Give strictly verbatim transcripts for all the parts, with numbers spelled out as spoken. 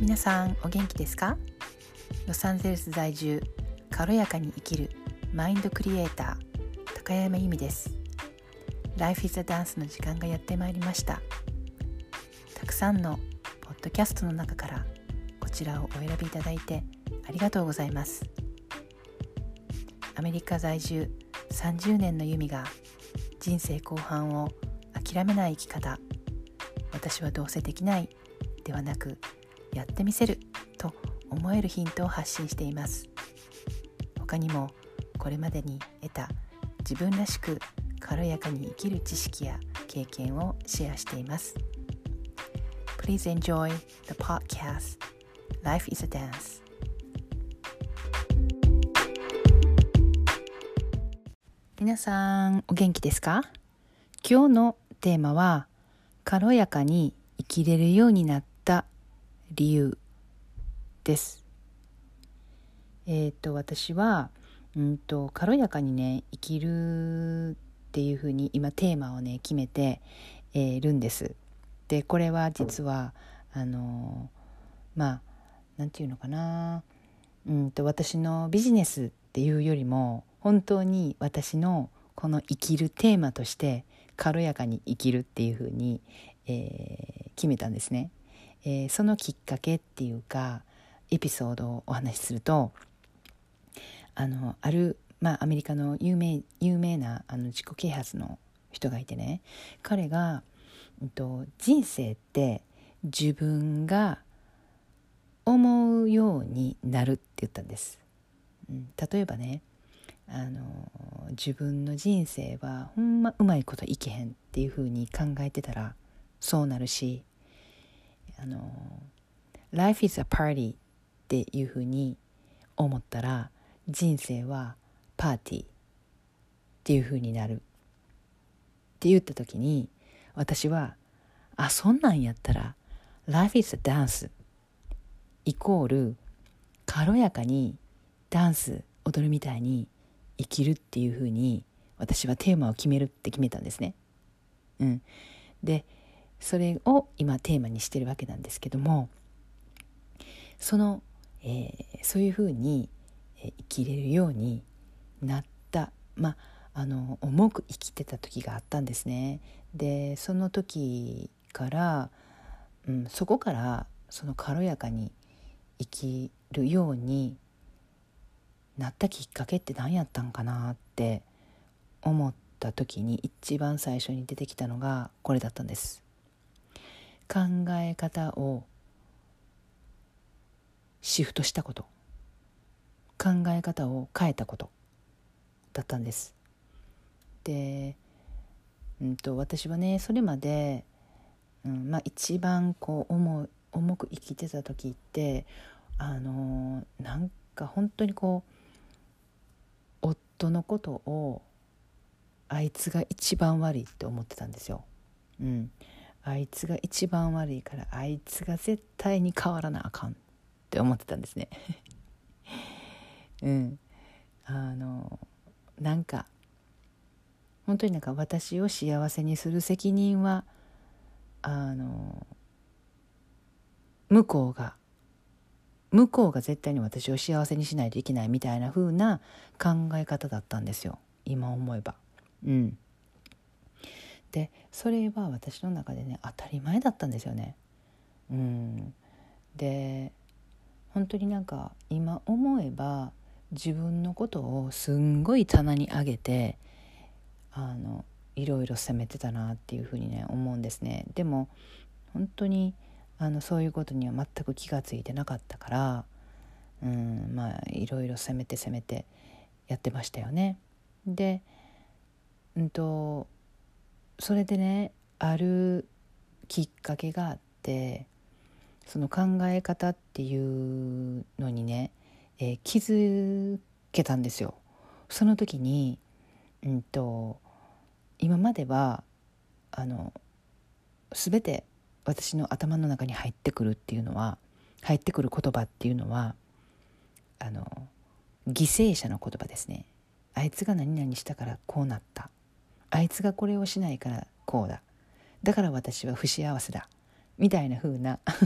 皆さんお元気ですか？ロサンゼルス在住、軽やかに生きるマインドクリエイター高山由美です。 Life is a Dance の時間がやってまいりました。たくさんのポッドキャストの中からこちらをお選びいただいてありがとうございます。アメリカ在住さんじゅうねんの由美が人生後半を諦めない生き方、私はどうせできないではなくやってみせると思えるヒントを発信しています。他にもこれまでに得た自分らしく軽やかに生きる知識や経験をシェアしています。 Please enjoy the podcast Life is a Dance。 皆さんお元気ですか？今日のテーマは軽やかに生きれるようになった理由です。えっ、ー、と私はうんと軽やかにね生きるっていうふうに今テーマをね決めて、えー、るんです。でこれは実はあのー、まあなんていうのかなうんと私のビジネスっていうよりも本当に私のこの生きるテーマとして軽やかに生きるっていうふうに、えー、決めたんですね。えー、そのきっかけっていうかエピソードをお話しすると、あのある、まあ、アメリカの有名、有名なあの自己啓発の人がいてね、彼が、うんと、人生って自分が思うようになるって言ったんです。うん、例えばねあの自分の人生はほんまうまいこといけへんっていう風に考えてたらそうなるし、あの Life is a party っていう風に思ったら人生はパーティーっていう風になるって言った時に、私はあそんなんやったら Life is a dance イコール軽やかにダンス踊るみたいに生きるっていう風に私はテーマを決めるって決めたんですね。うん、でそれを今テーマにしてるわけなんですけども、その、えー、そういう風に生きれるようになった、まああの重く生きてた時があったんですね。でその時から、うん、そこからその軽やかに生きるようになったきっかけって何やったんかなって思った時に一番最初に出てきたのがこれだったんです。考え方をシフトしたこと、考え方を変えたことだったんです。で、うんと、私はねそれまで、うんまあ、一番こう重重く生きてた時ってあのなんか本当にこう夫のことをあいつが一番悪いって思ってたんですよ。うん、あいつが一番悪いからあいつが絶対に変わらなあかんって思ってたんですね。うん、あのなんか本当になんか私を幸せにする責任はあの向こうが向こうが絶対に私を幸せにしないといけないみたいな風な考え方だったんですよ、今思えば。うん、でそれは私の中でね当たり前だったんですよね。うん、で本当になんか今思えば自分のことをすんごい棚に上げてあのいろいろ責めてたなっていうふうにね思うんですね。でも本当にあのそういうことには全く気がついてなかったから、うん、まあいろいろ責めて責めてやってましたよね。で、うんとそれでねあるきっかけがあって、その考え方っていうのにね、えー、気づけたんですよ。その時に、うんと今まではあの全て私の頭の中に入ってくるっていうのは入ってくる言葉っていうのはあの犠牲者の言葉ですね。あいつが何々したからこうなった、あいつがこれをしないからこうだ、だから私は不幸せだみたいな風な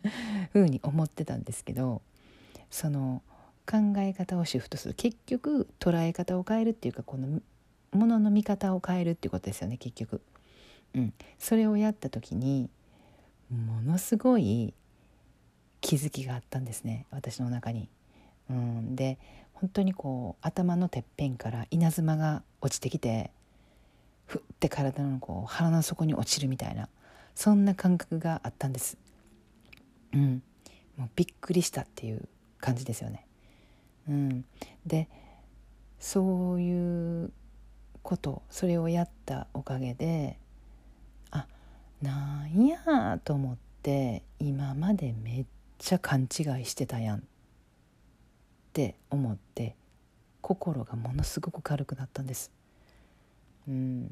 ふうに思ってたんですけど、その考え方をシフトする、結局捉え方を変えるっていうか、このものの見方を変えるっていうことですよね、結局。うん、それをやった時にものすごい気づきがあったんですね、私の中に。うん、で本当にこう頭のてっぺんから稲妻が落ちてきて、ふって体のこう腹の底に落ちるみたいな、そんな感覚があったんです。うん、もうびっくりしたっていう感じですよね。うん、でそういうこと、それをやったおかげで、あ、なんやと思って、今までめっちゃ勘違いしてたやんって思って、心がものすごく軽くなったんです。うん、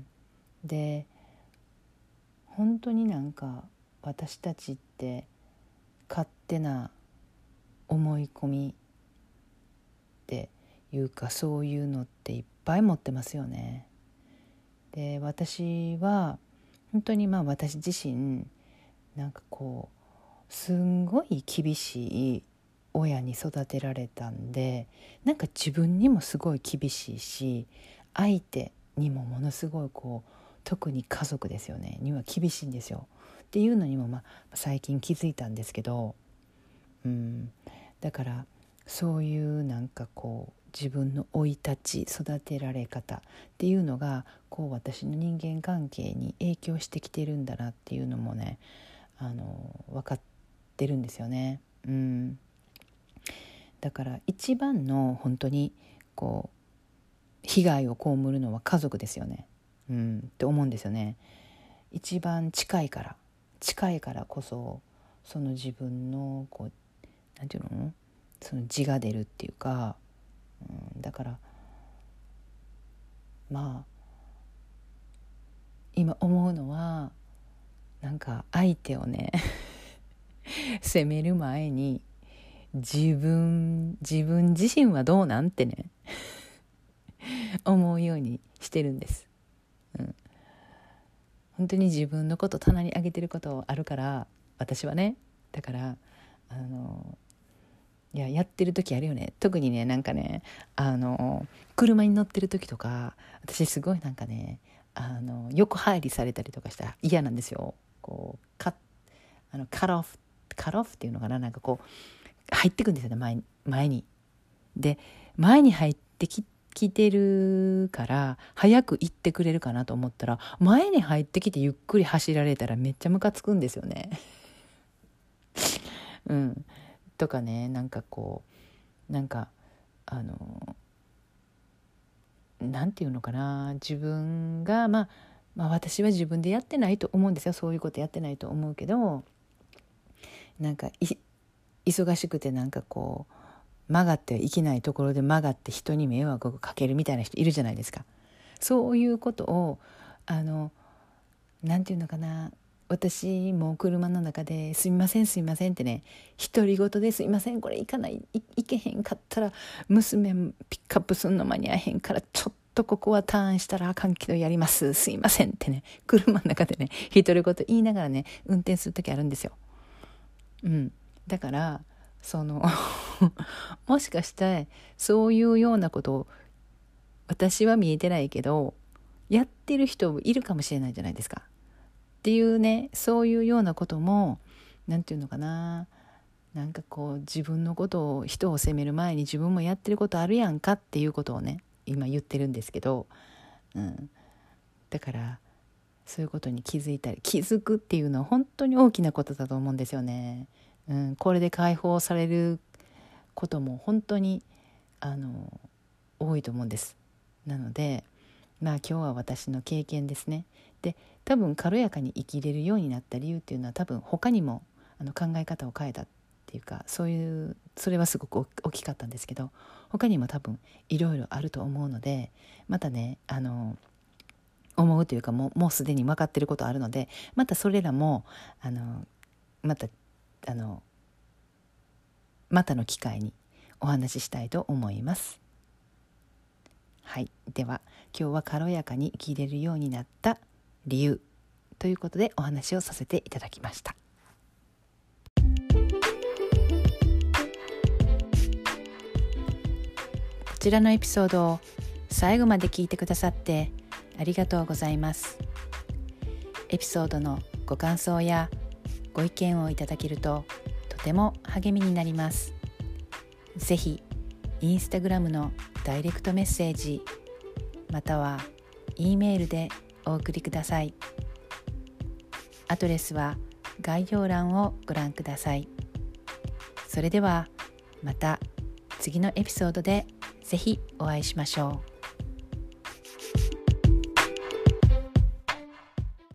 で本当になんか私たちって勝手な思い込みっていうか、そういうのっていっぱい持ってますよね。で私は本当にまあ私自身なんかこうすんごい厳しい親に育てられたんで、なんか自分にもすごい厳しいし、相手にもものすごいこう、特に家族ですよねには厳しいんですよっていうのにも、まあ、最近気づいたんですけど、うん、だからそういうなんかこう自分の生い立ち、育てられ方っていうのがこう私の人間関係に影響してきてるんだなっていうのもね、あの分かってるんですよね。うん、だから一番の本当にこう被害を被るのは家族ですよね、うん、って思うんですよね。一番近いから近いからこそ、その自分のこうなんていうの、その字が出るっていうか、うん、だからまあ今思うのは、なんか相手をね責める前に自分自分自身はどうなんてね思うようにしてるんです。うん、本当に自分のこと棚に上げてることあるから、私はね、だからあのいややってる時あるよね。特にね、なんかね、あの車に乗ってる時とか、私すごいなんかね、あの横入りされたりとかしたら嫌なんですよ。こうカあのカラオフカラオフっていうのかな、なんかこう入ってくんですよね、前に前に。で前に入ってき来てるから早く行ってくれるかなと思ったら、前に入ってきてゆっくり走られたらめっちゃムカつくんですよね。うん、とかね、なんかこうなんかあのなんていうのかな、自分が、まあ、まあ私は自分でやってないと思うんですよ、そういうことやってないと思うけど、なんかい忙しくてなんかこう曲がってはいけないところで曲がって人に迷惑をかけるみたいな人いるじゃないですか。そういうことをあのなんていうのかな、私も車の中ですいませんすいませんってね、独り言ですいませんこれ行かない い, いけへんかったら娘ピックアップすんの間に合えへんからちょっとここはターンしたらあかんけどやりますすいませんってね、車の中でね独り言言いながらね運転する時あるんですよ。うん、だからそのもしかしてそういうようなことを私は見えてないけどやってる人いるかもしれないじゃないですかっていうね、そういうようなこともなんていうのかな、なんかこう自分のことを人を責める前に自分もやってることあるやんかっていうことをね今言ってるんですけど、うん、だからそういうことに気づいたり気づくっていうのは本当に大きなことだと思うんですよね。うん、これで解放されることも本当にあの多いと思うんです。なのでまあ今日は私の経験ですね。で多分軽やかに生きれるようになった理由っていうのは多分他にもあの考え方を変えたっていうか、そういうそれはすごく大きかったんですけど、他にも多分いろいろあると思うので、またねあの思うというかもう、もうすでに分かってることあるので、またそれらもあのまたあのまたの機会にお話ししたいと思います。はい、では今日は軽やかに生きれるようになった理由ということでお話をさせていただきました。 ちらのエピソードを最後まで聞いてくださってありがとうございます。エピソードのご感想やご意見をいただけるととても励みになります。ぜひインスタグラムのダイレクトメッセージまたは E メールでお送りください。アドレスは概要欄をご覧ください。それではまた次のエピソードでぜひお会いしましょう。